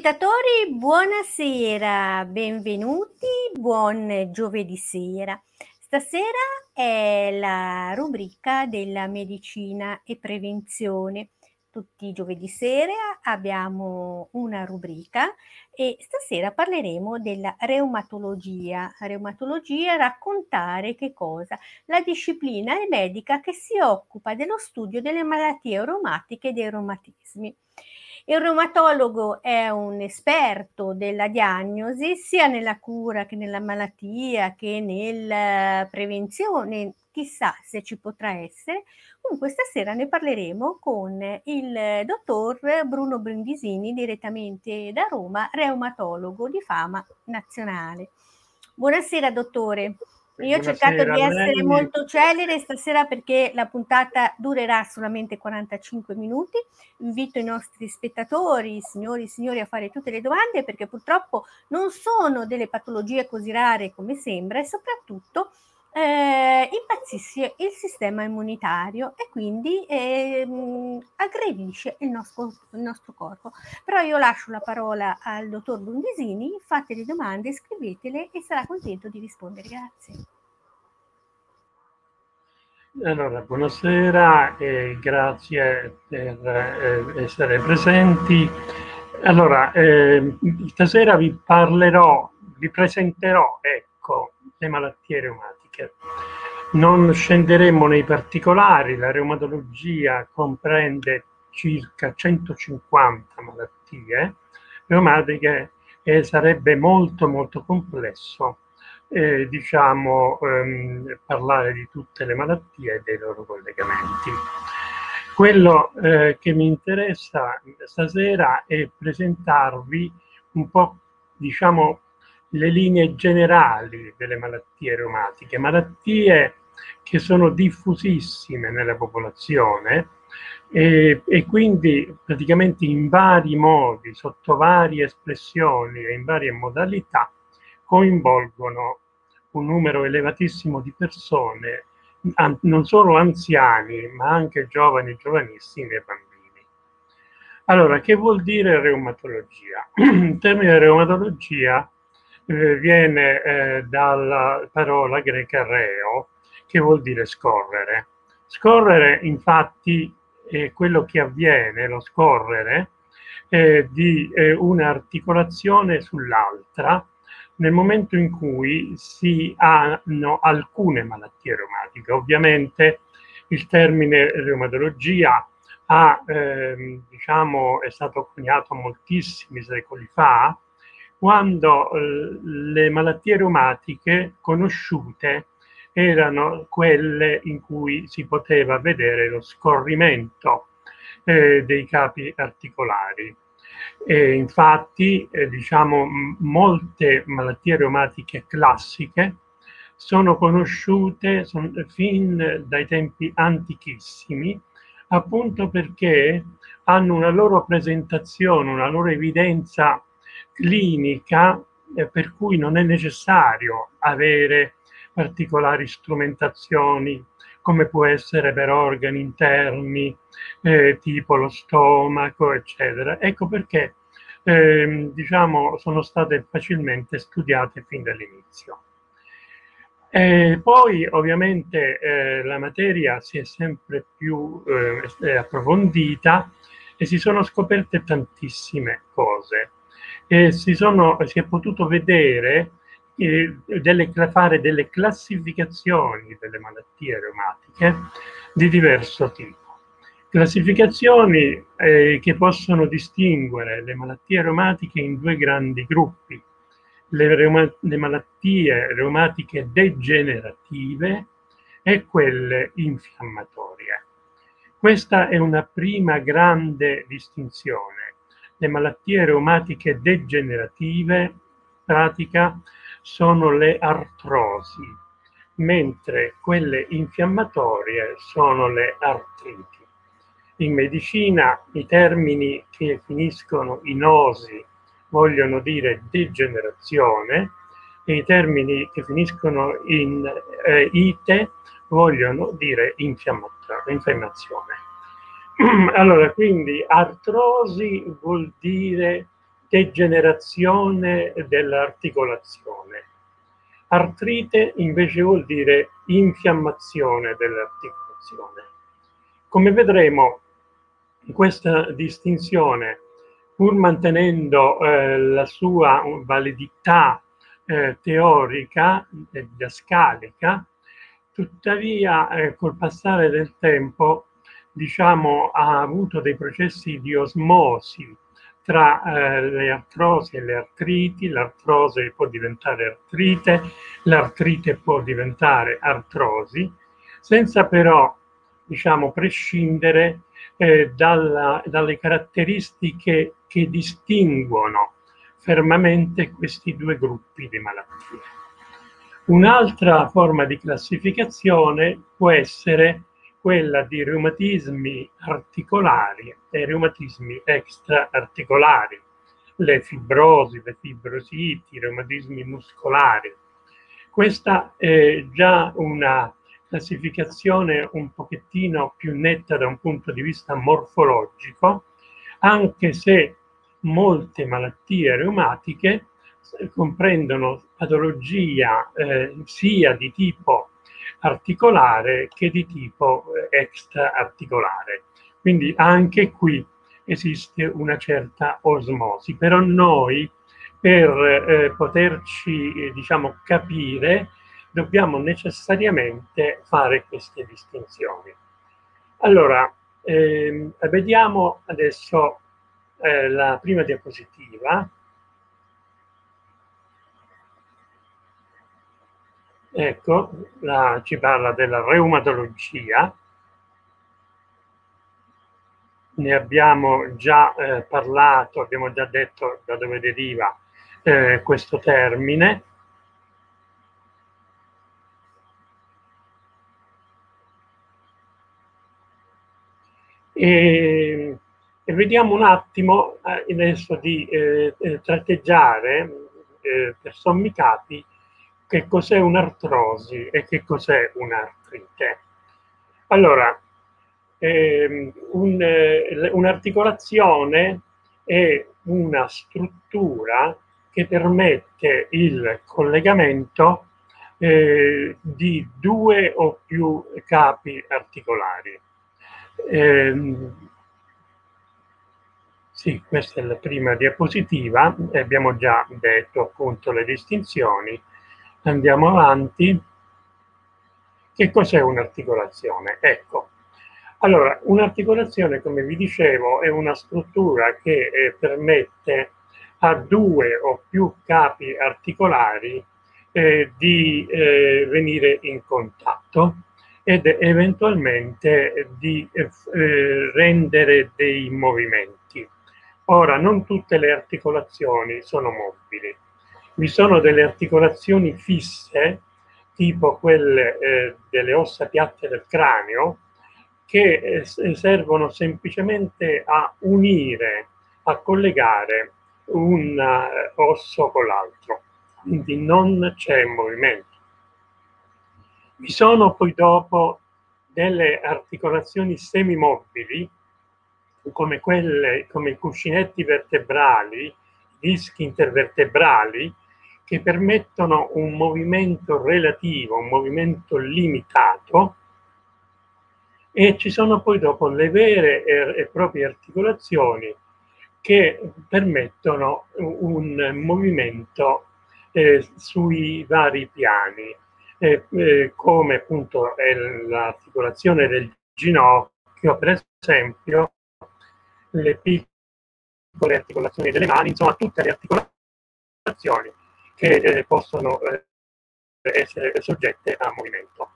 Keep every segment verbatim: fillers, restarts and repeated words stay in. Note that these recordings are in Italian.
Ascoltatori, buonasera, benvenuti, buon giovedì sera. Stasera è la rubrica della medicina e prevenzione. Tutti i giovedì sera abbiamo una rubrica e stasera parleremo della reumatologia. Reumatologia, raccontare che cosa? La disciplina medica che si occupa dello studio delle malattie reumatiche e dei reumatismi. Il reumatologo è un esperto della diagnosi sia nella cura che nella malattia che nella prevenzione, chissà se ci potrà essere. Comunque stasera ne parleremo con il dottor Bruno Brindisini, direttamente da Roma, reumatologo di fama nazionale. Buonasera dottore. Io ho cercato Buonasera di a essere lei. molto celere stasera perché la puntata durerà solamente quarantacinque minuti. Invito i nostri spettatori, signori e signori, a fare tutte le domande perché purtroppo non sono delle patologie così rare come sembra e soprattutto eh, impazzisce il sistema immunitario e quindi ehm, aggredisce il nostro, il nostro corpo. Però io lascio la parola al dottor Brundisini, fate le domande, scrivetele e sarà contento di rispondere. Grazie. Allora, buonasera e grazie per eh, essere presenti. Allora, eh, stasera vi parlerò, vi presenterò, ecco, le malattie reumatiche. Non scenderemo nei particolari, la reumatologia comprende circa centocinquanta malattie reumatiche e sarebbe molto molto complesso eh, diciamo ehm, parlare di tutte le malattie e dei loro collegamenti. Quello eh, che mi interessa stasera è presentarvi un po', diciamo, le linee generali delle malattie reumatiche, malattie che sono diffusissime nella popolazione e, e quindi praticamente in vari modi, sotto varie espressioni e in varie modalità coinvolgono un numero elevatissimo di persone, non solo anziani, ma anche giovani, giovanissimi e bambini. Allora, che vuol dire reumatologia? Il termine reumatologia eh, viene eh, dalla parola greca reo, che vuol dire scorrere. Scorrere, infatti, è quello che avviene, lo scorrere, eh, di eh, un'articolazione sull'altra nel momento in cui si hanno alcune malattie reumatiche. Ovviamente il termine reumatologia ha, ehm, diciamo, è stato coniato moltissimi secoli fa, quando eh, le malattie reumatiche conosciute erano quelle in cui si poteva vedere lo scorrimento eh, dei capi articolari. E infatti, eh, diciamo, m- molte malattie reumatiche classiche sono conosciute son, fin dai tempi antichissimi, appunto perché hanno una loro presentazione, una loro evidenza clinica, eh, per cui non è necessario avere particolari strumentazioni come può essere per organi interni, eh, tipo lo stomaco, eccetera. Ecco perché ehm, diciamo, sono state facilmente studiate fin dall'inizio. E poi ovviamente eh, la materia si è sempre più eh, approfondita e si sono scoperte tantissime cose e si, sono, si è potuto vedere eh, delle, fare delle classificazioni delle malattie reumatiche di diverso tipo. Classificazioni eh, che possono distinguere le malattie reumatiche in due grandi gruppi: le, reuma- le malattie reumatiche degenerative e quelle infiammatorie. Questa è una prima grande distinzione. Le malattie reumatiche degenerative, in pratica, sono le artrosi, mentre quelle infiammatorie sono le artriti. In medicina i termini che finiscono in osi vogliono dire degenerazione e i termini che finiscono in eh, ite vogliono dire infiammazione. Allora, quindi artrosi vuol dire degenerazione dell'articolazione. Artrite invece vuol dire infiammazione dell'articolazione. Come vedremo, questa distinzione, pur mantenendo eh, la sua validità eh, teorica e didascalica, tuttavia eh, col passare del tempo, diciamo, ha avuto dei processi di osmosi tra eh, le artrosi e le artriti. L'artrose può diventare artrite, l'artrite può diventare artrosi, senza però, diciamo, prescindere eh, dalla, dalle caratteristiche che distinguono fermamente questi due gruppi di malattie. Un'altra forma di classificazione può essere quella di reumatismi articolari e reumatismi extraarticolari, le fibrosi, le fibrositi, i reumatismi muscolari. Questa è già una classificazione un pochettino più netta da un punto di vista morfologico, anche se molte malattie reumatiche comprendono patologia eh, sia di tipo articolare che di tipo eh, extraarticolare. Quindi anche qui esiste una certa osmosi, però noi per eh, poterci eh, diciamo capire dobbiamo necessariamente fare queste distinzioni. Allora, ehm, vediamo adesso eh, la prima diapositiva. Ecco, la, ci parla della reumatologia. Ne abbiamo già eh, parlato, abbiamo già detto da dove deriva eh, questo termine. E, e vediamo un attimo eh, adesso di eh, eh, tratteggiare eh, per sommi capi che cos'è un'artrosi e che cos'è un'artrite. Allora, ehm, un, eh, un'articolazione è una struttura che permette il collegamento eh, di due o più capi articolari. Eh, sì, questa è la prima diapositiva, abbiamo già detto appunto le distinzioni. Andiamo avanti. Che cos'è un'articolazione? Ecco, allora, un'articolazione, come vi dicevo, è una struttura che eh, permette a due o più capi articolari eh, di eh, venire in contatto ed eventualmente di eh, rendere dei movimenti. Ora, non tutte le articolazioni sono mobili. Vi sono delle articolazioni fisse, tipo quelle eh, delle ossa piatte del cranio, che eh, servono semplicemente a unire, a collegare un uh, osso con l'altro, quindi non c'è movimento. Vi sono poi dopo delle articolazioni semimobili, come quelle, come i cuscinetti vertebrali, i dischi intervertebrali, che permettono un movimento relativo, un movimento limitato, e ci sono poi dopo le vere e proprie articolazioni che permettono un movimento eh, sui vari piani, eh, eh, come appunto è l'articolazione del ginocchio, per esempio, le piccole articolazioni delle mani, insomma tutte le articolazioni che eh, possono eh, essere soggette a movimento.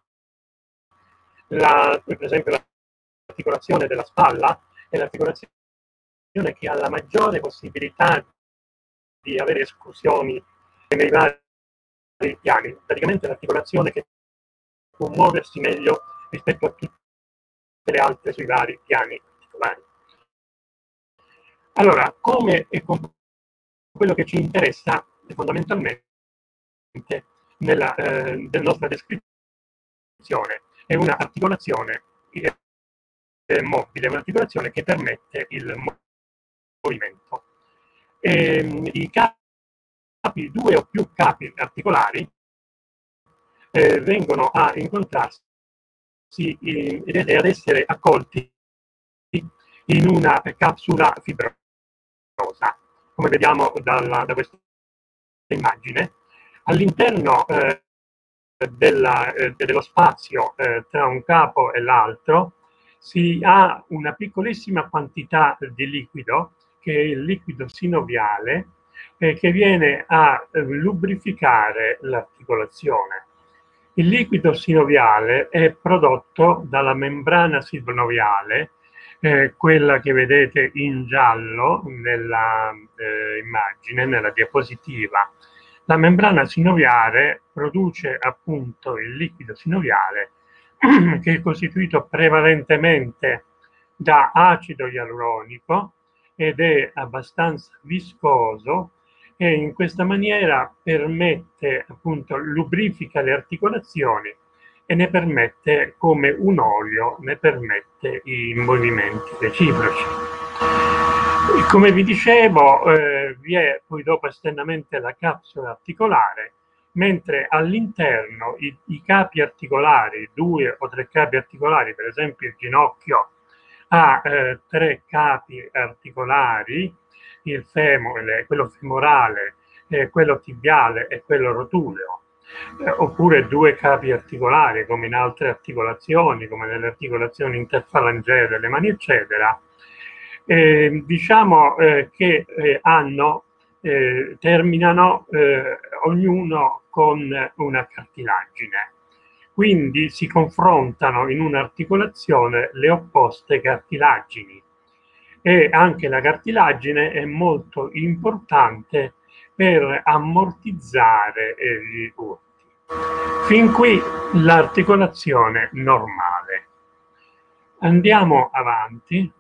La, per esempio l'articolazione della spalla è l'articolazione che ha la maggiore possibilità di avere escursioni nei vari piani, praticamente l'articolazione che può muoversi meglio rispetto a tutte le altre sui vari piani articolari. Allora, come e con quello che ci interessa fondamentalmente nella eh, del nostra descrizione è un'articolazione eh, mobile, un'articolazione che permette il movimento. E, i capi, due o più capi articolari eh, vengono a incontrarsi in, ed ad essere accolti in una capsula fibrosa, come vediamo dalla, da questa immagine. All'interno eh, della, eh, dello spazio eh, tra un capo e l'altro si ha una piccolissima quantità di liquido, che è il liquido sinoviale, eh, che viene a eh, lubrificare l'articolazione. Il liquido sinoviale è prodotto dalla membrana sinoviale, eh, quella che vedete in giallo nella eh, immagine, nella diapositiva. La membrana sinoviale produce appunto il liquido sinoviale, che è costituito prevalentemente da acido ialuronico ed è abbastanza viscoso, e in questa maniera permette, appunto, lubrifica le articolazioni e ne permette, come un olio, ne permette i movimenti reciproci. E come vi dicevo, eh, vi è poi dopo esternamente la capsula articolare, mentre all'interno i, i capi articolari, due o tre capi articolari, per esempio il ginocchio ha eh, tre capi articolari, il femore, quello femorale, eh, quello tibiale e quello rotuleo, eh, oppure due capi articolari come in altre articolazioni, come nelle articolazioni interfalangee delle mani, eccetera. Eh, diciamo eh, che eh, hanno, eh, terminano eh, ognuno con una cartilagine. Quindi si confrontano in un'articolazione le opposte cartilagini, e anche la cartilagine è molto importante per ammortizzare gli urti. Fin qui l'articolazione normale. Andiamo avanti.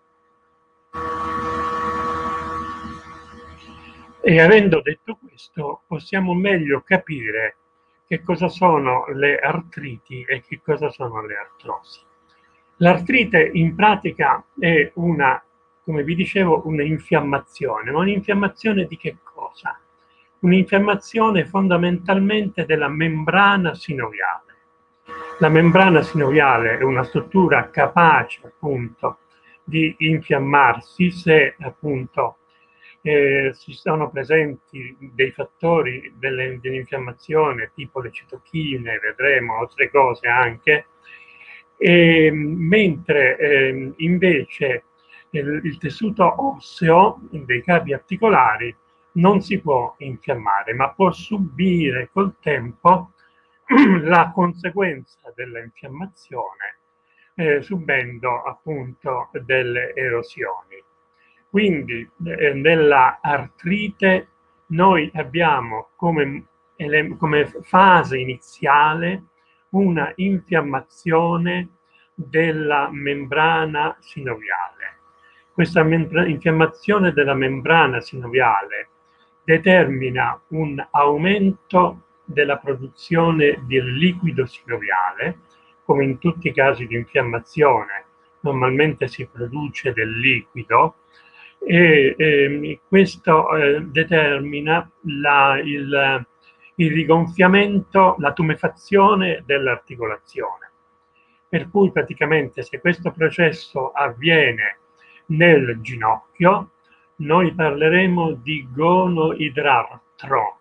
E avendo detto questo, possiamo meglio capire che cosa sono le artriti e che cosa sono le artrosi. L'artrite in pratica è una, come vi dicevo, un'infiammazione. Ma un'infiammazione di che cosa? Un'infiammazione fondamentalmente della membrana sinoviale. La membrana sinoviale è una struttura capace appunto di infiammarsi se appunto eh, ci sono presenti dei fattori delle, dell'infiammazione, tipo le citochine, vedremo altre cose anche, e, mentre eh, invece il, il tessuto osseo dei capi articolari non si può infiammare, ma può subire col tempo la conseguenza dell'infiammazione, eh, subendo appunto delle erosioni. Quindi eh, nella artrite noi abbiamo come, come fase iniziale una infiammazione della membrana sinoviale. Questa infiammazione della membrana sinoviale determina un aumento della produzione del liquido sinoviale. Come in tutti i casi di infiammazione, normalmente si produce del liquido, e eh, questo eh, determina la, il, il rigonfiamento, la tumefazione dell'articolazione. Per cui praticamente se questo processo avviene nel ginocchio, noi parleremo di gonoidrartro,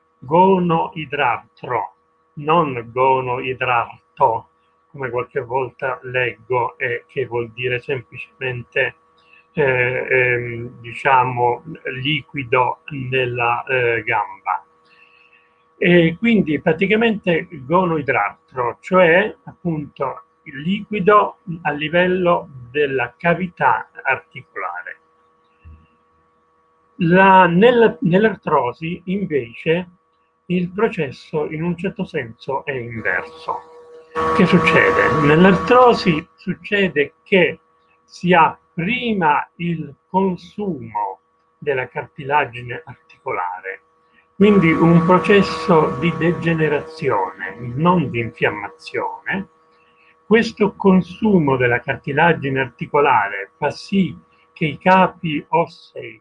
gonoidrartro, non gonoidrarto, come qualche volta leggo, e che vuol dire semplicemente eh, ehm, diciamo liquido nella eh, gamba. E quindi praticamente gonoidrartro, cioè appunto il liquido a livello della cavità articolare. La, nel, nell'artrosi invece il processo in un certo senso è inverso. Che succede? Nell'artrosi succede che si ha prima il consumo della cartilagine articolare, quindi un processo di degenerazione, non di infiammazione. Questo consumo della cartilagine articolare fa sì che i capi ossei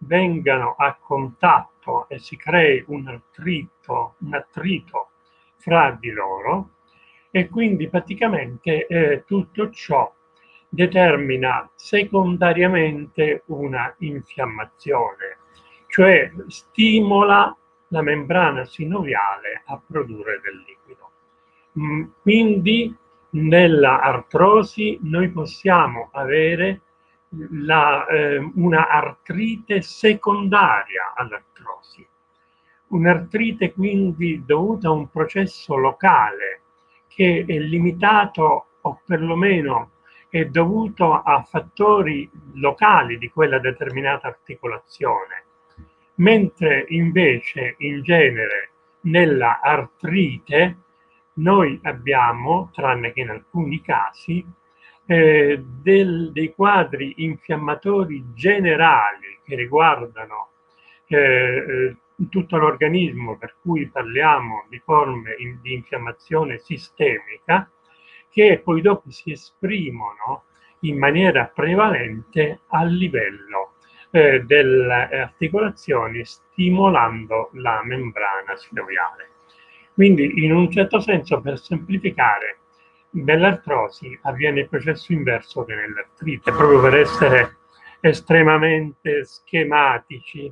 vengano a contatto e si crei un attrito, un attrito fra di loro, e quindi praticamente eh, tutto ciò determina secondariamente una infiammazione, cioè stimola la membrana sinoviale a produrre del liquido. Mm, Quindi nella artrosi noi possiamo avere la, eh, una artrite secondaria all'artrosi, un'artrite quindi dovuta a un processo locale che è limitato o perlomeno è dovuto a fattori locali di quella determinata articolazione, mentre invece in genere nella artrite noi abbiamo, tranne che in alcuni casi, eh, del, dei quadri infiammatori generali che riguardano eh, tutto l'organismo, per cui parliamo di forme in, di infiammazione sistemica, che poi dopo si esprimono in maniera prevalente a livello eh, delle articolazioni, stimolando la membrana sinoviale. Quindi, in un certo senso, per semplificare, nell'artrosi avviene il processo inverso che nell'artrite, proprio per essere estremamente schematici,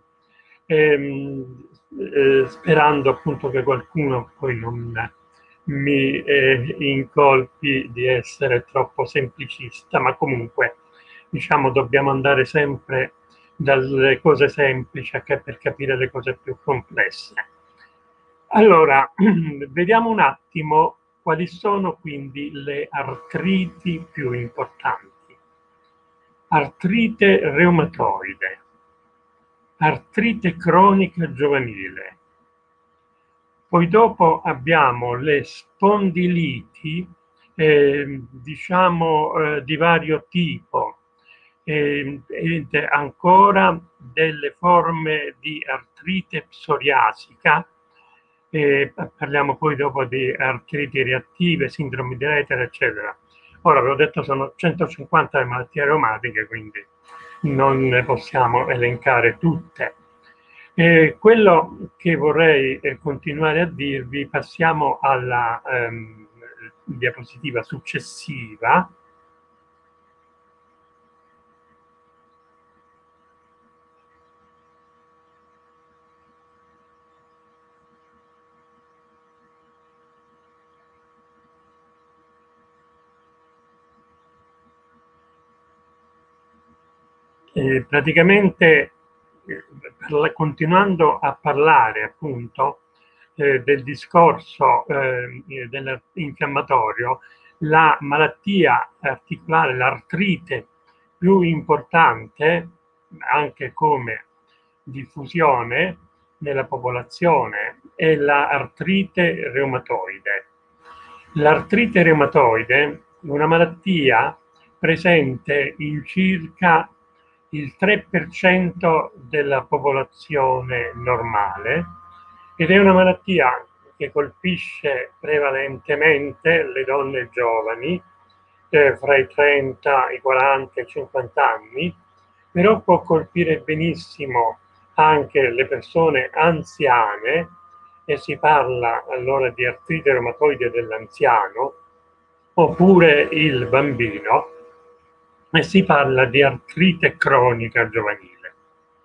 ehm, eh, sperando appunto che qualcuno poi non mi eh, incolpi di essere troppo semplicista, ma comunque diciamo dobbiamo andare sempre dalle cose semplici a che per capire le cose più complesse. Allora, vediamo un attimo quali sono quindi le artriti più importanti. Artrite reumatoide, artrite cronica giovanile. Poi dopo abbiamo le spondiliti, eh, diciamo eh, di vario tipo, eh, ed ancora delle forme di artrite psoriasica. Eh, parliamo poi dopo di artriti reattive, sindromi di Reiter, eccetera. Ora, ve l'ho detto, sono centocinquanta le malattie reumatiche, quindi non ne possiamo elencare tutte. Eh, quello che vorrei eh, continuare a dirvi, passiamo alla ehm, diapositiva successiva. Eh, praticamente, eh, continuando a parlare appunto eh, del discorso eh, dell'infiammatorio, la malattia articolare, l'artrite più importante, anche come diffusione nella popolazione, è l'artrite reumatoide. L'artrite reumatoide è una malattia presente in circa il tre per cento della popolazione normale ed è una malattia che colpisce prevalentemente le donne giovani, eh, fra i trenta, i quaranta e i cinquanta anni, però può colpire benissimo anche le persone anziane, e si parla allora di artrite reumatoide dell'anziano, oppure il bambino, e si parla di artrite cronica giovanile.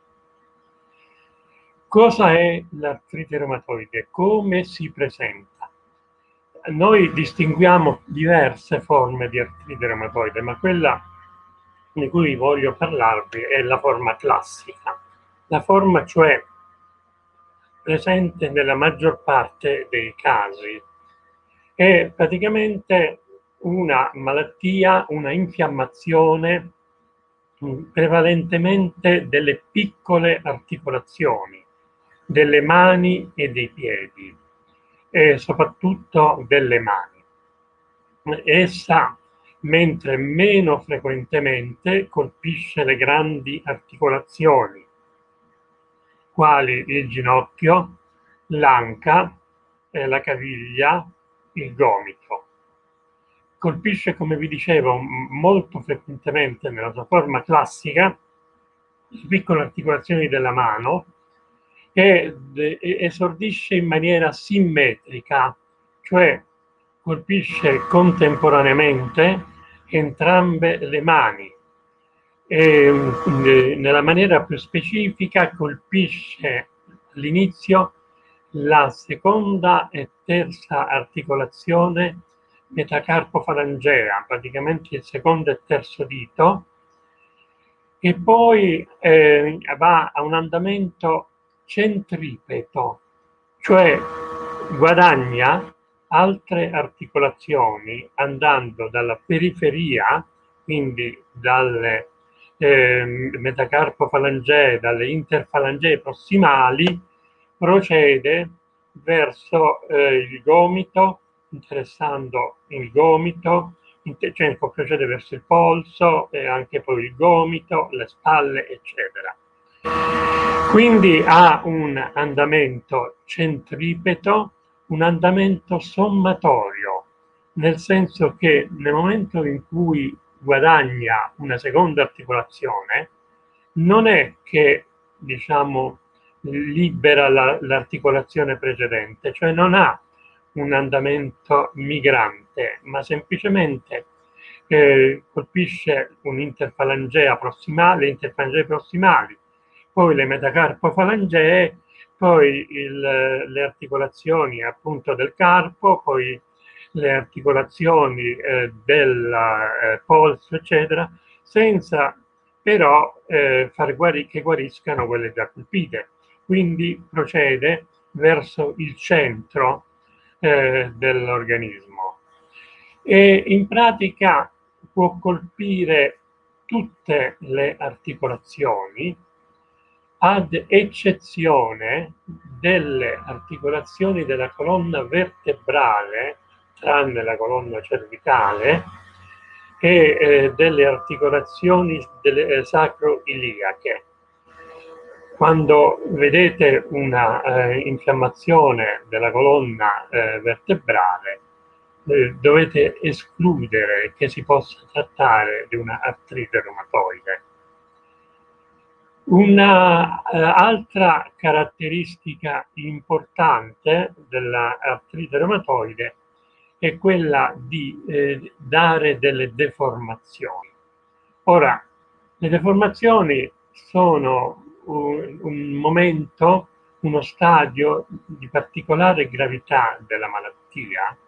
Cosa è l'artrite reumatoide? Come si presenta? Noi distinguiamo diverse forme di artrite reumatoide, ma quella di cui voglio parlarvi è la forma classica, la forma cioè presente nella maggior parte dei casi. È praticamente una malattia, una infiammazione prevalentemente delle piccole articolazioni, delle mani e dei piedi, e soprattutto delle mani. Essa, mentre meno frequentemente, colpisce le grandi articolazioni, quali il ginocchio, l'anca, eh, la caviglia, il gomito. Colpisce, come vi dicevo, molto frequentemente nella sua forma classica le piccole articolazioni della mano e esordisce in maniera simmetrica, cioè colpisce contemporaneamente entrambe le mani e nella maniera più specifica colpisce all'inizio la seconda e terza articolazione metacarpofalangea, praticamente il secondo e terzo dito, e poi eh, va a un andamento centripeto, cioè guadagna altre articolazioni andando dalla periferia, quindi dalle eh, metacarpofalangee, dalle interfalangee prossimali, procede verso eh, il gomito, interessando il gomito, cioè procede verso il polso e anche poi il gomito, le spalle, eccetera. Quindi ha un andamento centripeto, un andamento sommatorio, nel senso che nel momento in cui guadagna una seconda articolazione, non è che, diciamo, libera la, l'articolazione precedente, cioè non ha un andamento migrante, ma semplicemente eh, colpisce un'interfalangea prossimale, le interfalangee prossimali, poi le metacarpofalangee, poi il, le articolazioni appunto del carpo, poi le articolazioni eh, del eh, polso, eccetera, senza però eh, far guari- che guariscano quelle già colpite. Quindi procede verso il centro eh, dell'organismo. E in pratica può colpire tutte le articolazioni, ad eccezione delle articolazioni della colonna vertebrale, tranne la colonna cervicale, e eh, delle articolazioni delle, eh, sacro-iliache. Quando vedete una eh, infiammazione della colonna eh, vertebrale, eh, dovete escludere che si possa trattare di una artrite reumatoide. Un'altra eh, caratteristica importante dell'artrite reumatoide è quella di eh, dare delle deformazioni. Ora, le deformazioni sono un, un momento, uno stadio di particolare gravità della malattia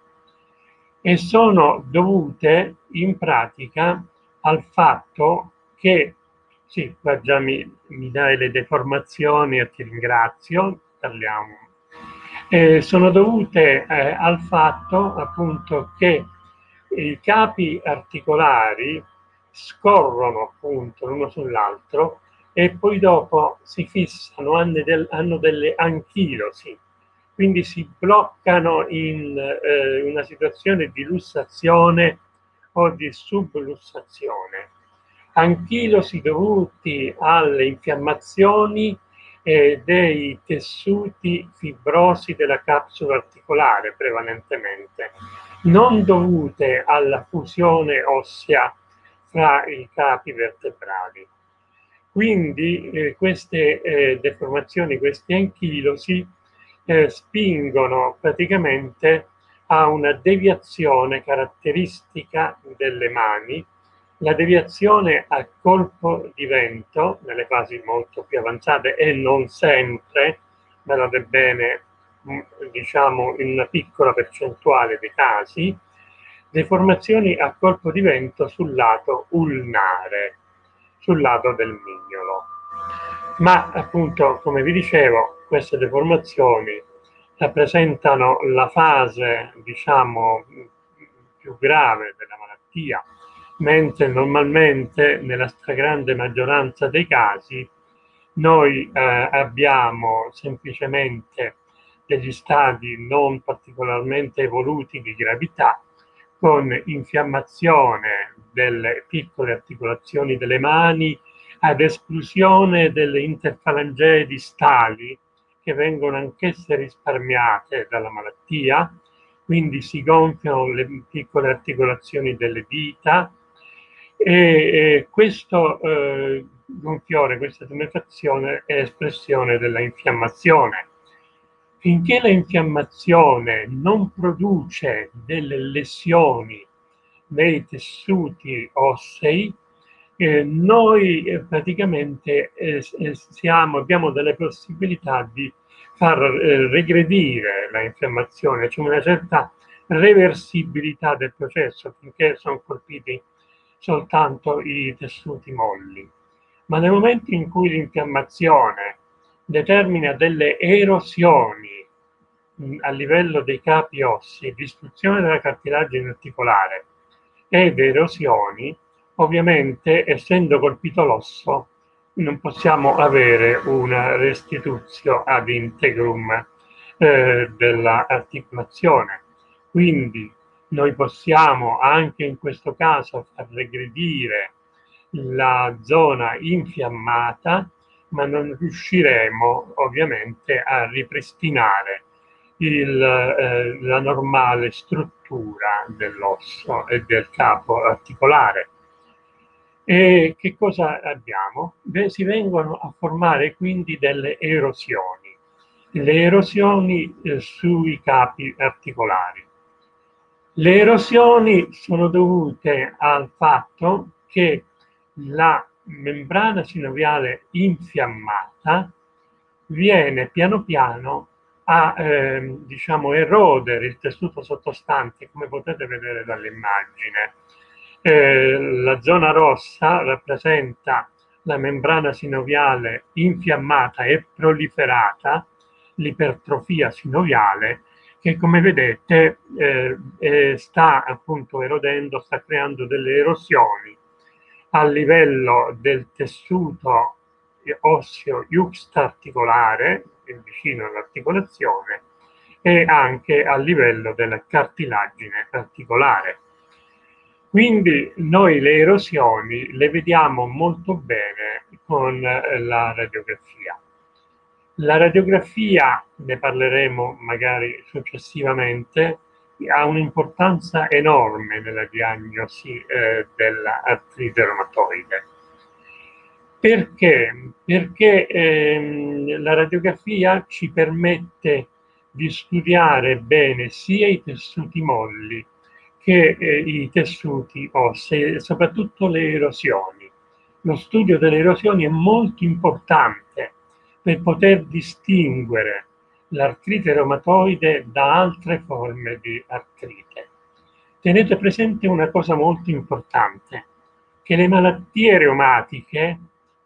e sono dovute in pratica al fatto che, sì, qua già mi, mi dai le deformazioni e ti ringrazio, parliamo. Eh, sono dovute eh, al fatto appunto che i capi articolari scorrono appunto l'uno sull'altro e poi dopo si fissano, hanno, del, hanno delle anchilosi, quindi si bloccano in eh, una situazione di lussazione o di sublussazione. Anchilosi dovuti alle infiammazioni eh, dei tessuti fibrosi della capsula articolare prevalentemente, non dovute alla fusione ossea fra i capi vertebrali. Quindi eh, queste eh, deformazioni, questi anchilosi eh, spingono praticamente a una deviazione caratteristica delle mani, la deviazione a colpo di vento nelle fasi molto più avanzate e non sempre, guardate bene, diciamo in una piccola percentuale dei casi, deformazioni a colpo di vento sul lato ulnare, sul lato del mignolo. Ma appunto, come vi dicevo, queste deformazioni rappresentano la fase, diciamo, più grave della malattia, mentre normalmente nella stragrande maggioranza dei casi noi eh, abbiamo semplicemente degli stadi non particolarmente evoluti di gravità, con infiammazione delle piccole articolazioni delle mani, ad esclusione delle interfalangee distali, che vengono anch'esse risparmiate dalla malattia, quindi si gonfiano le piccole articolazioni delle dita, e, e questo eh, gonfiore, questa tumefazione è espressione della infiammazione. Finché l'infiammazione non produce delle lesioni nei tessuti ossei, eh, noi eh, praticamente eh, eh, siamo, abbiamo delle possibilità di far eh, regredire la infiammazione, c'è cioè una certa reversibilità del processo finché sono colpiti soltanto i tessuti molli. Ma nel momento in cui l'infiammazione determina delle erosioni mh, a livello dei capi ossei, distruzione della cartilagine articolare ed erosioni, ovviamente essendo colpito l'osso non possiamo avere una restituzione ad integrum eh, dell'articolazione. Quindi noi possiamo anche in questo caso far regredire la zona infiammata, ma non riusciremo ovviamente a ripristinare il, eh, la normale struttura dell'osso e del capo articolare. E che cosa abbiamo? Beh, si vengono a formare quindi delle erosioni, le erosioni eh, sui capi articolari. Le erosioni sono dovute al fatto che la membrana sinoviale infiammata viene piano piano a ehm, diciamo, erodere il tessuto sottostante, come potete vedere dall'immagine. Eh, la zona rossa rappresenta la membrana sinoviale infiammata e proliferata, l'ipertrofia sinoviale, che come vedete eh, eh, sta appunto erodendo, sta creando delle erosioni a livello del tessuto osseo juxtaarticolare, vicino all'articolazione, e anche a livello della cartilagine articolare. Quindi noi le erosioni le vediamo molto bene con la radiografia. La radiografia, ne parleremo magari successivamente, ha un'importanza enorme nella diagnosi eh, dell'artrite reumatoide. Perché? Perché ehm, la radiografia ci permette di studiare bene sia i tessuti molli che eh, i tessuti ossei e soprattutto le erosioni. Lo studio delle erosioni è molto importante per poter distinguere l'artrite reumatoide da altre forme di artrite. Tenete presente una cosa molto importante, che le malattie reumatiche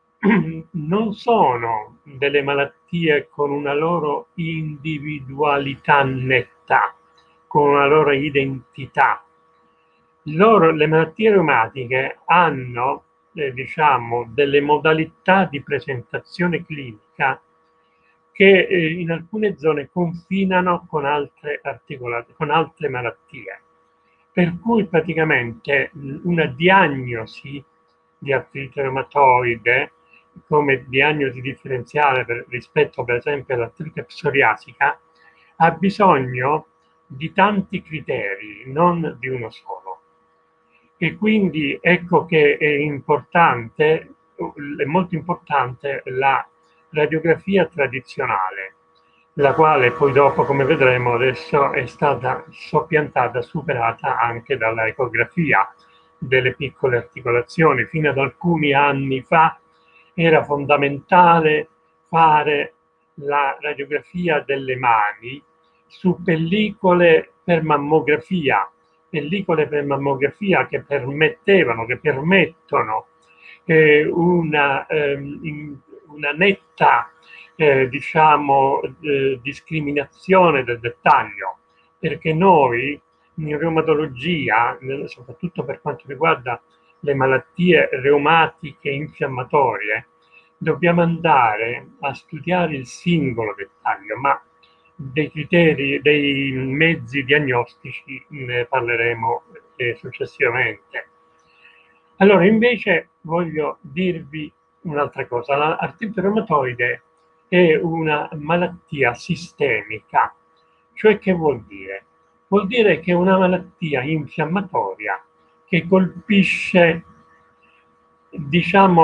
non sono delle malattie con una loro individualità netta, con una loro identità. Loro, le malattie reumatiche hanno eh, diciamo, delle modalità di presentazione clinica che eh, in alcune zone confinano con altre, con altre malattie. Per cui praticamente una diagnosi di artrite reumatoide come diagnosi differenziale per, rispetto per esempio all'artrite psoriasica ha bisogno di tanti criteri, non di uno solo. E quindi ecco che è importante, è molto importante la radiografia tradizionale, la quale poi dopo, come vedremo adesso, è stata soppiantata, superata anche dalla ecografia delle piccole articolazioni. Fino ad alcuni anni fa era fondamentale fare la radiografia delle mani su pellicole per mammografia, pellicole per mammografia che permettevano, che permettono eh, una, ehm, una netta eh, diciamo, eh, discriminazione del dettaglio, perché noi in reumatologia, soprattutto per quanto riguarda le malattie reumatiche infiammatorie, dobbiamo andare a studiare il singolo dettaglio, ma dei criteri, dei mezzi diagnostici ne parleremo eh, successivamente. Allora, invece, voglio dirvi un'altra cosa. L'artrite reumatoide è una malattia sistemica. Cioè, che vuol dire? Vuol dire che è una malattia infiammatoria che colpisce, diciamo,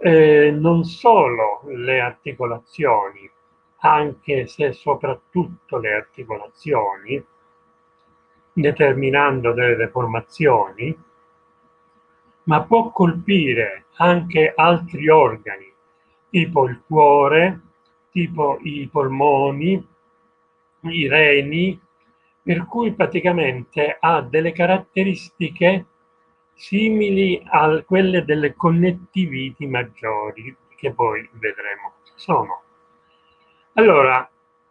eh, non solo le articolazioni, anche se soprattutto le articolazioni, determinando delle deformazioni, ma può colpire anche altri organi, tipo il cuore, tipo i polmoni, i reni, per cui praticamente ha delle caratteristiche simili a quelle delle connettiviti maggiori, che poi vedremo che sono. Allora,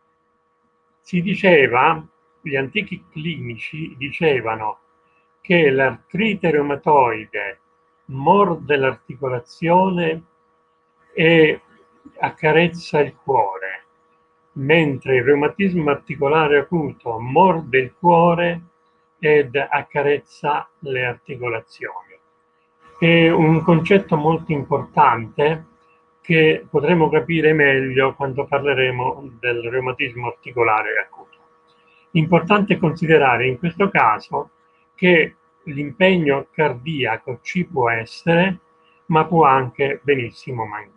si diceva, gli antichi clinici dicevano che l'artrite reumatoide morde l'articolazione e accarezza il cuore, mentre il reumatismo articolare acuto morde il cuore ed accarezza le articolazioni. È un concetto molto importante che potremo capire meglio quando parleremo del reumatismo articolare acuto. Importante considerare in questo caso che l'impegno cardiaco ci può essere, ma può anche benissimo mancare.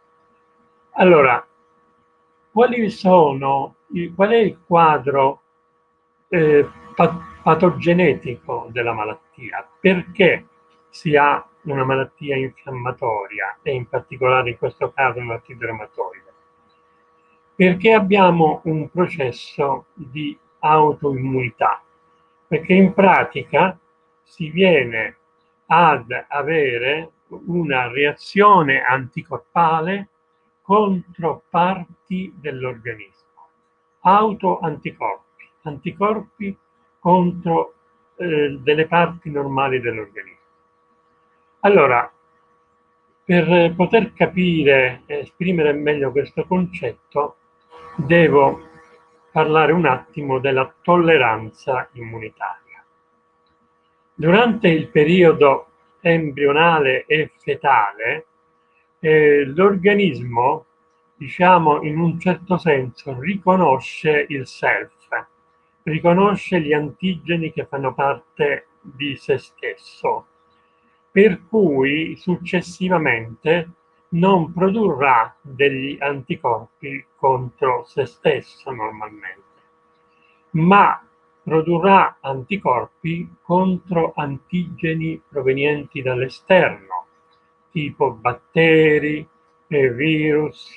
Allora, quali sono, qual è il quadro eh, patogenetico della malattia? Perché si ha una malattia infiammatoria e in particolare in questo caso una artrite reumatoide? Perché abbiamo un processo di autoimmunità, perché in pratica si viene ad avere una reazione anticorpale contro parti dell'organismo, autoanticorpi, anticorpi contro eh, delle parti normali dell'organismo. Allora, per poter capire e esprimere meglio questo concetto, devo parlare un attimo della tolleranza immunitaria. Durante il periodo embrionale e fetale, eh, l'organismo, diciamo in un certo senso, riconosce il self, riconosce gli antigeni che fanno parte di se stesso, per cui successivamente non produrrà degli anticorpi contro se stesso normalmente, ma produrrà anticorpi contro antigeni provenienti dall'esterno, tipo batteri, eh, virus,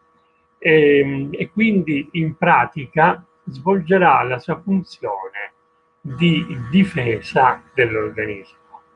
eh, e quindi in pratica svolgerà la sua funzione di difesa dell'organismo.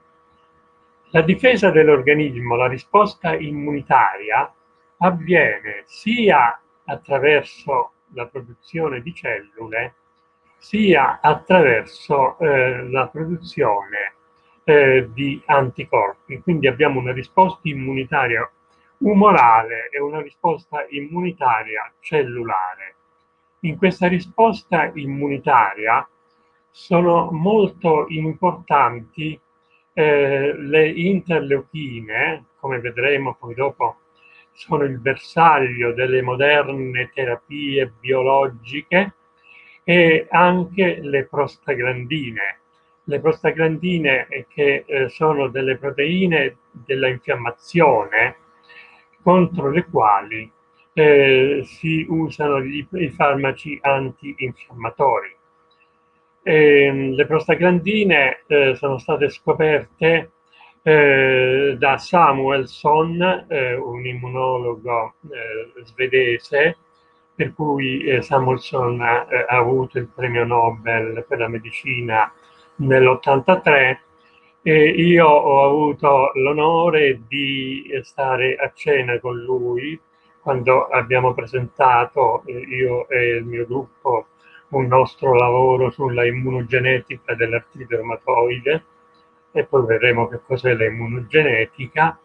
La difesa dell'organismo, la risposta immunitaria, avviene sia attraverso la produzione di cellule, sia attraverso eh, la produzione eh, di anticorpi. Quindi abbiamo una risposta immunitaria umorale e una risposta immunitaria cellulare. In questa risposta immunitaria sono molto importanti eh, le interleuchine, come vedremo poi dopo, sono il bersaglio delle moderne terapie biologiche, e anche le prostaglandine. Le prostaglandine che eh, sono delle proteine della infiammazione contro le quali eh, si usano gli, i farmaci antinfiammatori. Eh, le prostaglandine eh, sono state scoperte eh, da Samuelsson, eh, un immunologo eh, svedese, per cui eh, Samuelsson ha, eh, ha avuto il premio Nobel per la medicina nell'ottantatré, e io ho avuto l'onore di stare a cena con lui quando abbiamo presentato, eh, io e il mio gruppo, un nostro lavoro sulla immunogenetica dell'artrite reumatoide, e poi vedremo che cos'è l'immunogenetica.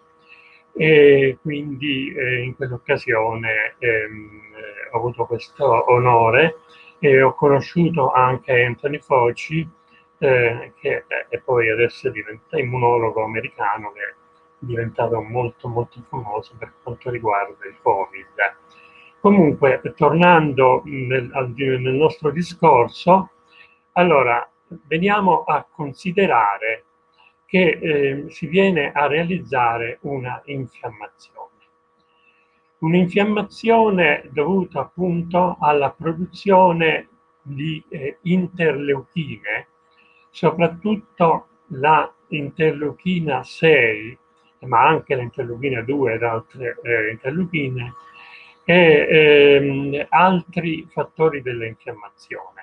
E quindi eh, in quell'occasione ehm, eh, ho avuto questo onore e ho conosciuto anche Anthony Fauci, eh, che eh, poi adesso diventa immunologo americano, che è diventato molto molto famoso per quanto riguarda il Covid. Comunque, tornando nel, nel nostro discorso, allora veniamo a considerare che eh, si viene a realizzare una infiammazione. Un'infiammazione dovuta appunto alla produzione di eh, interleuchine, soprattutto la interleuchina sei, ma anche l'interleuchina due ed altre eh, interleuchine, e ehm, altri fattori dell'infiammazione.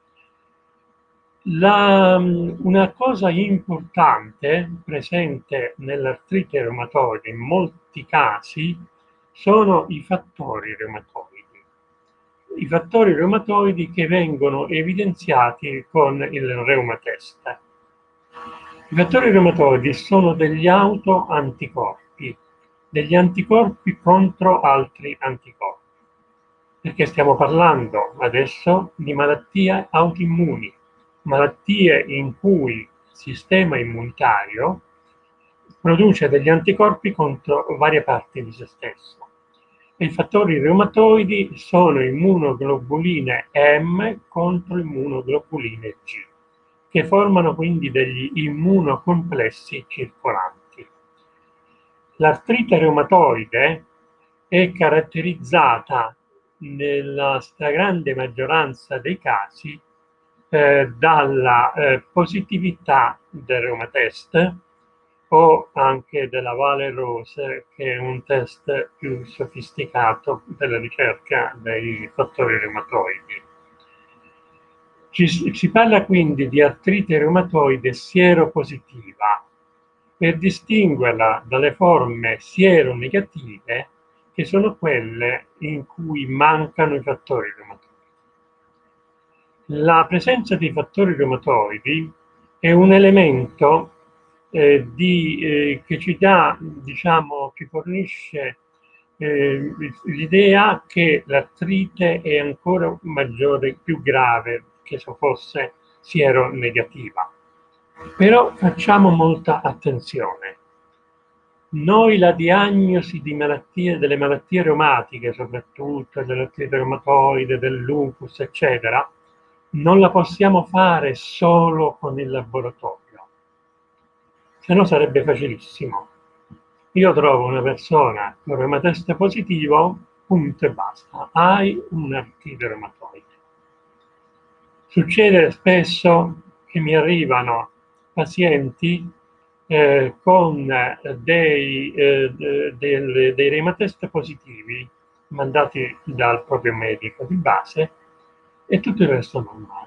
La, una cosa importante presente nell'artrite reumatoide in molti casi sono i fattori reumatoidi. I fattori reumatoidi che vengono evidenziati con il reumatest. I fattori reumatoidi sono degli autoanticorpi, degli anticorpi contro altri anticorpi, perché stiamo parlando adesso di malattie autoimmuni, malattie in cui il sistema immunitario produce degli anticorpi contro varie parti di se stesso. E i fattori reumatoidi sono immunoglobuline M contro immunoglobuline G, che formano quindi degli immunocomplessi circolanti. L'artrite reumatoide è caratterizzata nella stragrande maggioranza dei casi eh, dalla eh, positività del reumatest o anche della Vale-Rose, che è un test più sofisticato della ricerca dei fattori reumatoidi. Ci, si parla quindi di artrite reumatoide sieropositiva, per distinguerla dalle forme sieronegative, che sono quelle in cui mancano i fattori reumatoidi. La presenza dei fattori reumatoidi è un elemento eh, di, eh, che ci dà, diciamo, ci fornisce eh, l'idea che l'artrite è ancora maggiore, più grave che se fosse sieronegativa. Però facciamo molta attenzione. Noi la diagnosi di malattie, delle malattie reumatiche, soprattutto dell'artrite reumatoide, del lupus, eccetera, non la possiamo fare solo con il laboratorio, se no sarebbe facilissimo. Io trovo una persona con reumatest positivo, punto e basta, hai un'artrite reumatoide. Succede spesso che mi arrivano pazienti eh, con dei, eh, dei, dei reumatest positivi mandati dal proprio medico di base e tutto il resto normale.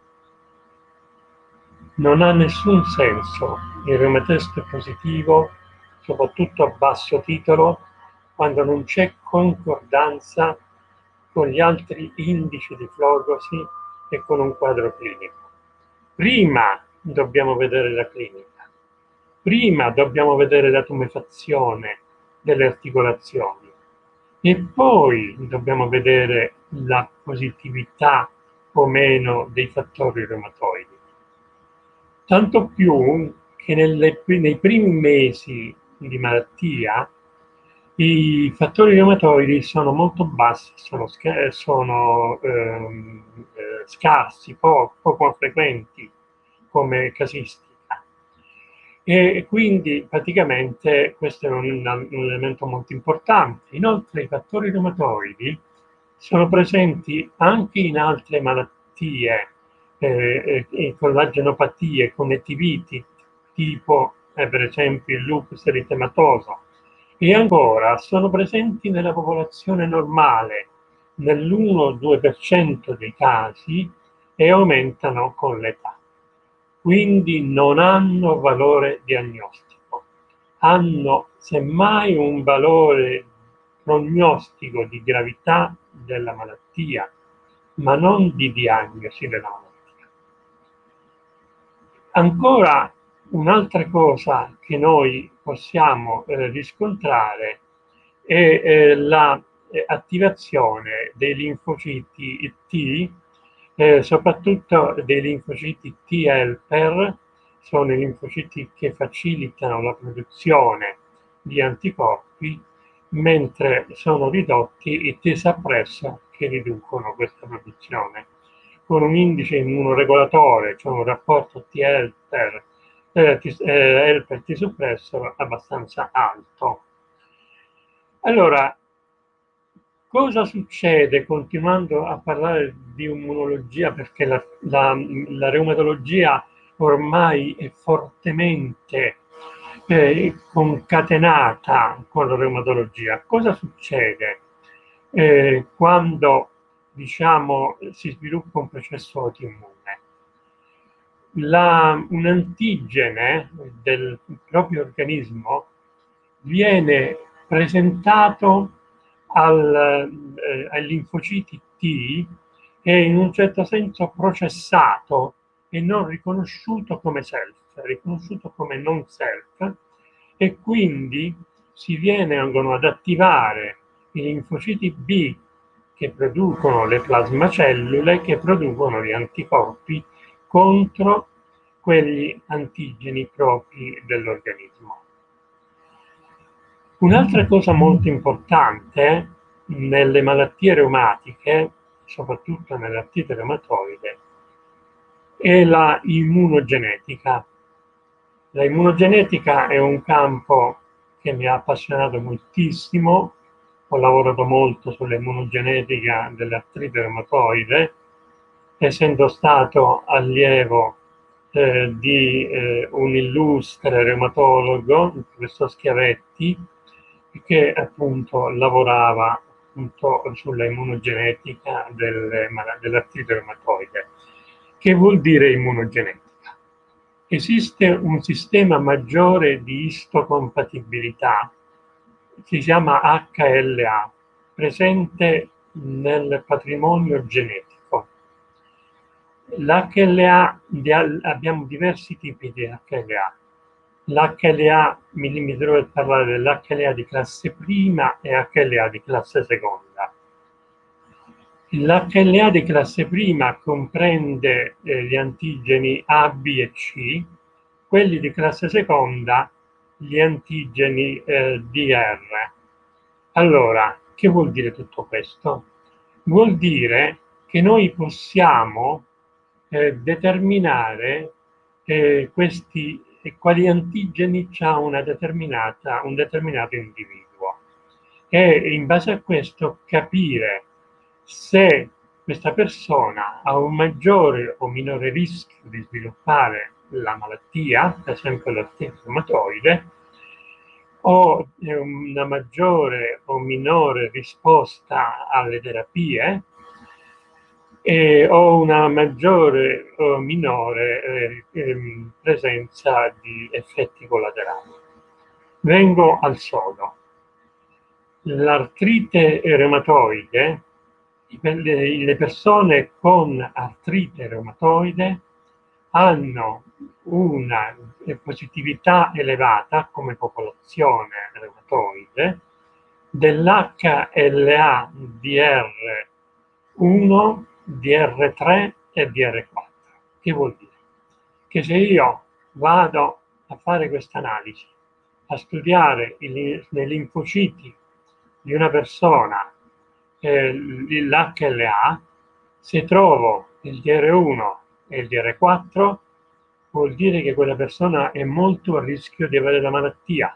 Non ha nessun senso il reumatest positivo, soprattutto a basso titolo, quando non c'è concordanza con gli altri indici di flogosi e con un quadro clinico. Prima dobbiamo vedere la clinica, prima dobbiamo vedere la tumefazione delle articolazioni e poi dobbiamo vedere la positività o meno dei fattori reumatoidi. Tanto più che nelle, nei primi mesi di malattia i fattori reumatoidi sono molto bassi, sono, sono ehm, eh, scarsi, poco, poco frequenti come casistica. E quindi praticamente questo è un, un elemento molto importante. Inoltre i fattori reumatoidi sono presenti anche in altre malattie, eh, eh, collagenopatie, connettiviti, tipo eh, per esempio il lupus eritematoso, e ancora sono presenti nella popolazione normale nell'uno due per cento dei casi e aumentano con l'età. Quindi non hanno valore diagnostico, hanno semmai un valore prognostico di gravità della malattia, ma non di diagnosi della malattia. Ancora un'altra cosa che noi possiamo eh, riscontrare è eh, l'attivazione dei linfociti T, eh, soprattutto dei linfociti T helper, sono i linfociti che facilitano la produzione di anticorpi, mentre sono ridotti i T suppressor che riducono questa produzione, con un indice immunoregolatore, cioè un rapporto T helper eh, eh, helper T suppressor abbastanza alto. Allora, cosa succede continuando a parlare di immunologia, perché la, la, la reumatologia ormai è fortemente eh, concatenata con la reumatologia? Cosa succede eh, quando, diciamo, si sviluppa un processo autoimmune? La, un antigene del proprio organismo viene presentato al, eh, ai linfociti T e in un certo senso processato e non riconosciuto come self, riconosciuto come non self, e quindi si vengono ad attivare i linfociti B che producono le plasmacellule, che producono gli anticorpi contro quegli antigeni propri dell'organismo. Un'altra cosa molto importante nelle malattie reumatiche, soprattutto nell'artrite reumatoide, è la immunogenetica. La immunogenetica è un campo che mi ha appassionato moltissimo. Ho lavorato molto sull'immunogenetica dell'artrite reumatoide, essendo stato allievo eh, di eh, un illustre reumatologo, il professor Schiavetti, che appunto lavorava appunto sulla immunogenetica delle, dell'artrite reumatoide. Che vuol dire immunogenetica? Esiste un sistema maggiore di istocompatibilità, si chiama H L A, presente nel patrimonio genetico. L'H L A, abbiamo diversi tipi di H L A. L'H L A, mi limiterò a parlare dell'H L A di classe prima e H L A di classe seconda. L'H L A di classe prima comprende eh, gli antigeni A, B e C, quelli di classe seconda gli antigeni eh, D R. Allora, che vuol dire tutto questo? Vuol dire che noi possiamo eh, determinare eh, questi, eh, quali antigeni ha una determinata, un determinato individuo e in base a questo capire se questa persona ha un maggiore o minore rischio di sviluppare la malattia, per esempio l'artrite reumatoide, o una maggiore o minore risposta alle terapie, e ho una maggiore o minore eh, ehm, presenza di effetti collaterali. Vengo al sodo. L'artrite reumatoide, le persone con artrite reumatoide hanno una positività elevata come popolazione reumatoide dell'H L A D R uno, D R tre e D R quattro. Che vuol dire? Che se io vado a fare questa analisi, a studiare i, nei linfociti di una persona eh, l'H L A, se trovo il D R uno e il D R quattro, vuol dire che quella persona è molto a rischio di avere la malattia,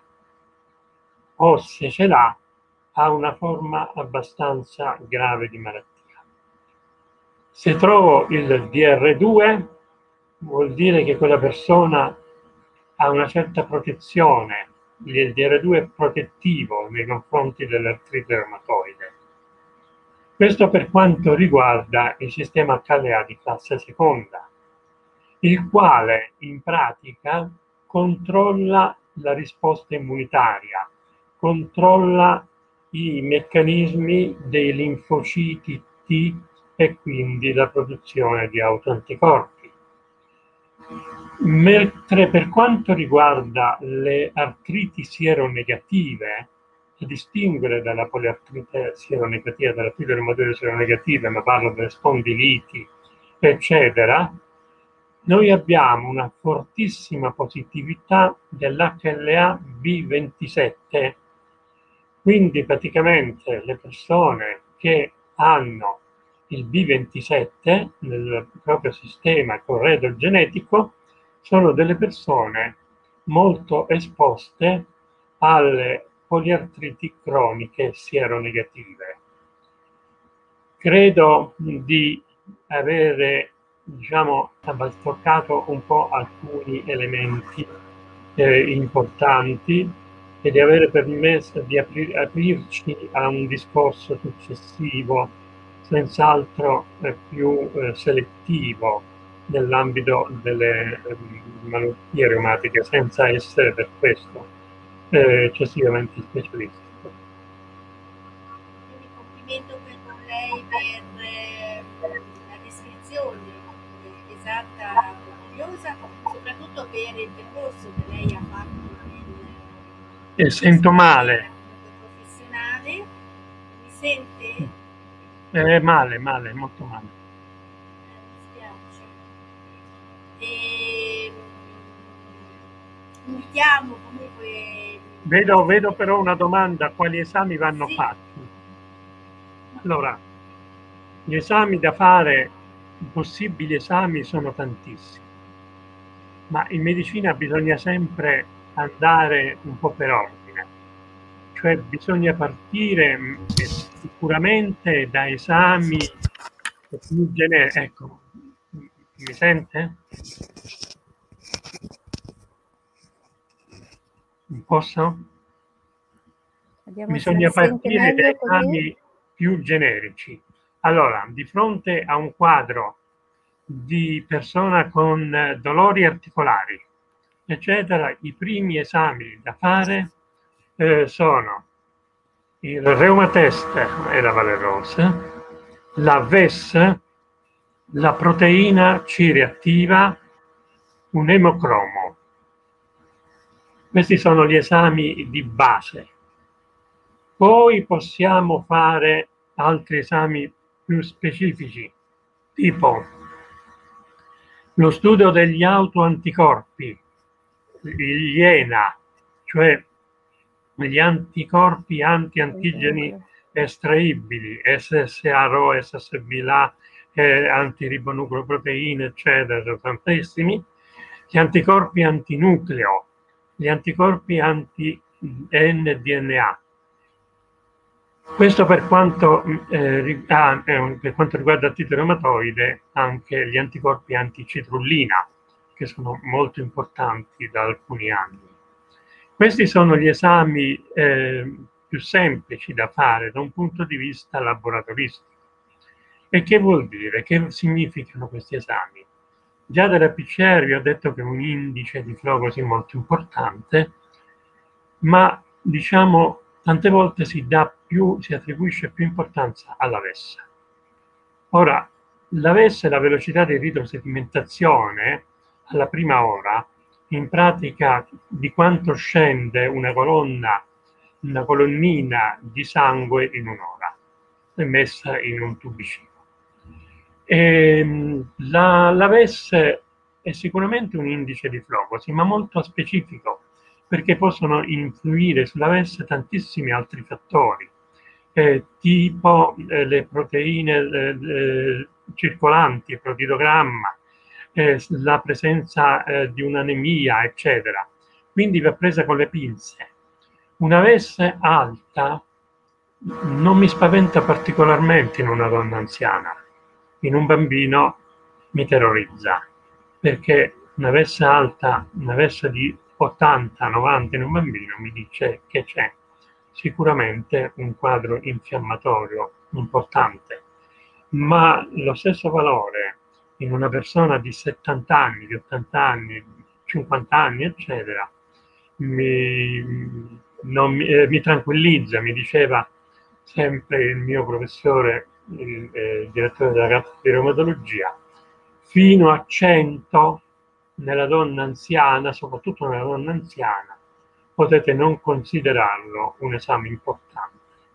o se ce l'ha, ha una forma abbastanza grave di malattia. Se trovo il D R due, vuol dire che quella persona ha una certa protezione, il D R due è protettivo nei confronti dell'artrite reumatoide. Questo per quanto riguarda il sistema H L A di classe seconda, il quale in pratica controlla la risposta immunitaria, controlla i meccanismi dei linfociti T e quindi la produzione di autoanticorpi. Mentre per quanto riguarda le artriti sieronegative, da distinguere dalla poliartrite sieronegativa, dall'artrite reumatoide sieronegativa, ma parlo delle spondiliti, eccetera, noi abbiamo una fortissima positività dell'H L A B ventisette. Quindi praticamente le persone che hanno il B ventisette nel proprio sistema corredo genetico sono delle persone molto esposte alle poliartriti croniche sieronegative. Credo di avere, diciamo, toccato un po' alcuni elementi eh, importanti e di avere permesso di aprir- aprirci a un discorso successivo, senz'altro eh, più eh, selettivo nell'ambito delle eh, malattie reumatiche, senza essere per questo eh, eccessivamente specialistico. Quindi complimento per con lei per eh, la descrizione eh, esatta, curiosa, soprattutto per il percorso che lei ha fatto nel, E sento male. professionale. Mi sente? Eh, male, male, molto male. Eh, mi spiace. E, invitiamo comunque. Vedo, vedo però una domanda: quali esami vanno Sì. fatti? Allora, gli esami da fare, i possibili esami sono tantissimi, ma in medicina bisogna sempre andare un po' per ordine, cioè bisogna partire mh, sicuramente da esami più generici. Ecco, mi sente? Posso? Vediamo Bisogna se sente partire da meglio così. esami più generici. Allora, di fronte a un quadro di persona con dolori articolari, eccetera, i primi esami da fare eh, sono il reumatest e la Valerosa, la V E S, la proteina C reattiva, un emocromo. Questi sono gli esami di base. Poi possiamo fare altri esami più specifici, tipo lo studio degli autoanticorpi, gli E N A, cioè gli anticorpi anti-antigeni estraibili, S S A R O, S S B L A, eh, antiribonucleoproteine, eccetera, sono tantissimi, gli anticorpi antinucleo, gli anticorpi anti-N D N A. Questo per quanto, eh, ah, per quanto riguarda il artrite reumatoide, anche gli anticorpi anticitrullina, che sono molto importanti da alcuni anni. Questi sono gli esami eh, più semplici da fare da un punto di vista laboratoristico. E che vuol dire? Che significano questi esami? Già dalla P C R vi ho detto che è un indice di flogosi molto importante, ma diciamo tante volte si dà più, si attribuisce più importanza alla V E S. Ora, la V E S è la velocità di ritrosedimentazione alla prima ora, in pratica di quanto scende una colonna, una colonnina di sangue in un'ora, messa in un tubicino. E, la, la V E S è sicuramente un indice di flogosi, ma molto specifico, perché possono influire sulla V E S tantissimi altri fattori, eh, tipo eh, le proteine eh, circolanti, il protidogramma, eh, la presenza eh, di un'anemia, eccetera. Quindi va presa con le pinze. Una V E S alta non mi spaventa particolarmente in una donna anziana, in un bambino mi terrorizza, perché una V E S alta, una V E S di ottanta novanta in un bambino mi dice che c'è sicuramente un quadro infiammatorio importante, ma lo stesso valore in una persona di settanta anni, di ottanta anni, cinquanta anni, eccetera, mi, non, mi, eh, mi tranquillizza. Mi diceva sempre il mio professore, il, eh, il direttore della cattedra di reumatologia, fino a cento nella donna anziana, soprattutto nella donna anziana, potete non considerarlo un esame importante.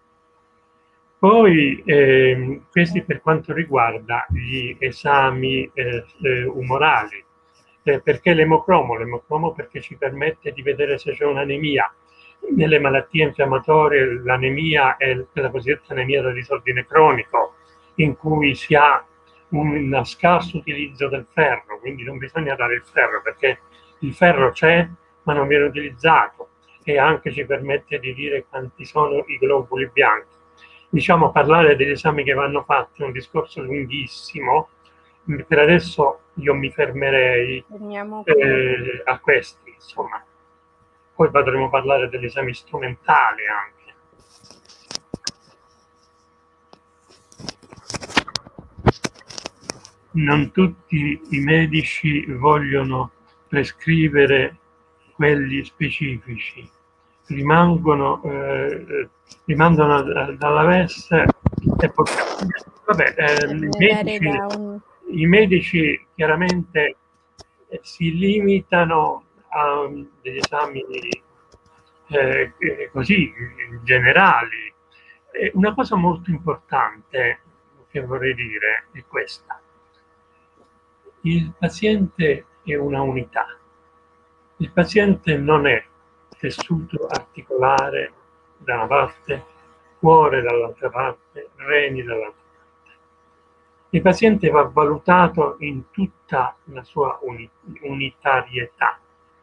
Poi eh, questi per quanto riguarda gli esami eh, eh, umorali, eh, perché l'emocromo? L'emocromo perché ci permette di vedere se c'è un'anemia. Nelle malattie infiammatorie l'anemia è la cosiddetta anemia da disordine cronico, in cui si ha un scarso utilizzo del ferro, quindi non bisogna dare il ferro perché il ferro c'è ma non viene utilizzato, e anche ci permette di dire quanti sono i globuli bianchi. Diciamo, parlare degli esami che vanno fatti è un discorso lunghissimo, per adesso io mi fermerei eh, a questi, insomma. Poi potremo parlare degli esami strumentali anche. Non tutti i medici vogliono prescrivere quelli specifici, rimangono, eh, rimandano dalla V E S e poi, vabbè, eh, i, medici, i medici chiaramente si limitano a degli esami eh, così generali. E una cosa molto importante che vorrei dire è questa: il paziente è una unità, il paziente non è tessuto articolare da una parte, cuore dall'altra parte, reni dall'altra parte. Il paziente va valutato in tutta la sua uni- unitarietà,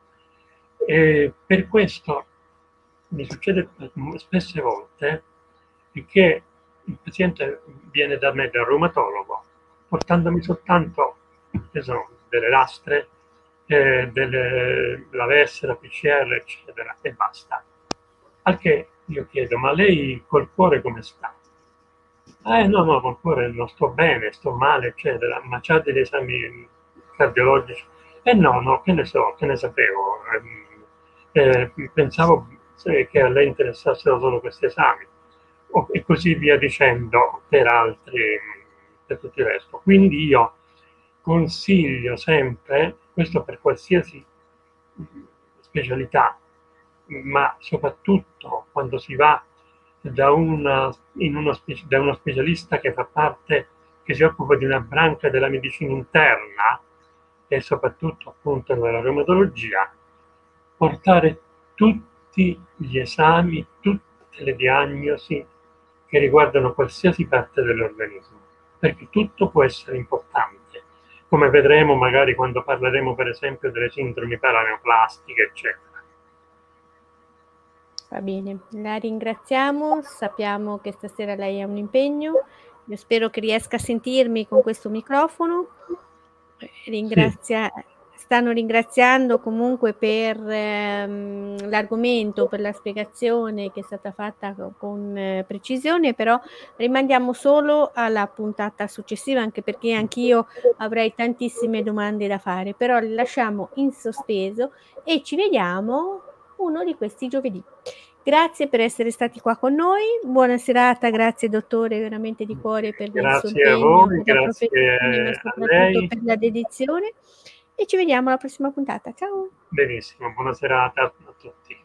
e per questo mi succede spesse volte che il paziente viene da me, dal reumatologo, portandomi soltanto che sono delle lastre, eh, delle, la V E S, la P C R, eccetera, e basta. Al che io chiedo: ma lei col cuore come sta? Eh no, no, col cuore non sto bene, sto male, eccetera, ma c'ha degli esami cardiologici? Eh no, no, che ne so, che ne sapevo. Eh, pensavo che a lei interessassero solo questi esami, e così via dicendo per altri, per tutto il resto. Quindi io consiglio sempre, questo per qualsiasi specialità, ma soprattutto quando si va da, una, in uno, da uno specialista che fa parte, che si occupa di una branca della medicina interna e soprattutto appunto nella reumatologia, portare tutti gli esami, tutte le diagnosi che riguardano qualsiasi parte dell'organismo, perché tutto può essere importante, come vedremo magari quando parleremo per esempio delle sindromi paraneoplastiche, eccetera. Va bene, la ringraziamo, sappiamo che stasera lei ha un impegno, io spero che riesca a sentirmi con questo microfono. Ringrazia Sì. Stanno ringraziando comunque per ehm, l'argomento, per la spiegazione che è stata fatta co con eh, precisione, però rimandiamo solo alla puntata successiva, anche perché anch'io avrei tantissime domande da fare, però le lasciamo in sospeso e ci vediamo uno di questi giovedì. Grazie per essere stati qua con noi, buona serata, grazie dottore veramente di cuore per il suo Grazie a impegno, voi, per la professione, ma grazie a soprattutto lei. per la dedizione, e ci vediamo alla prossima puntata. Ciao. Benissimo, buona serata a tutti.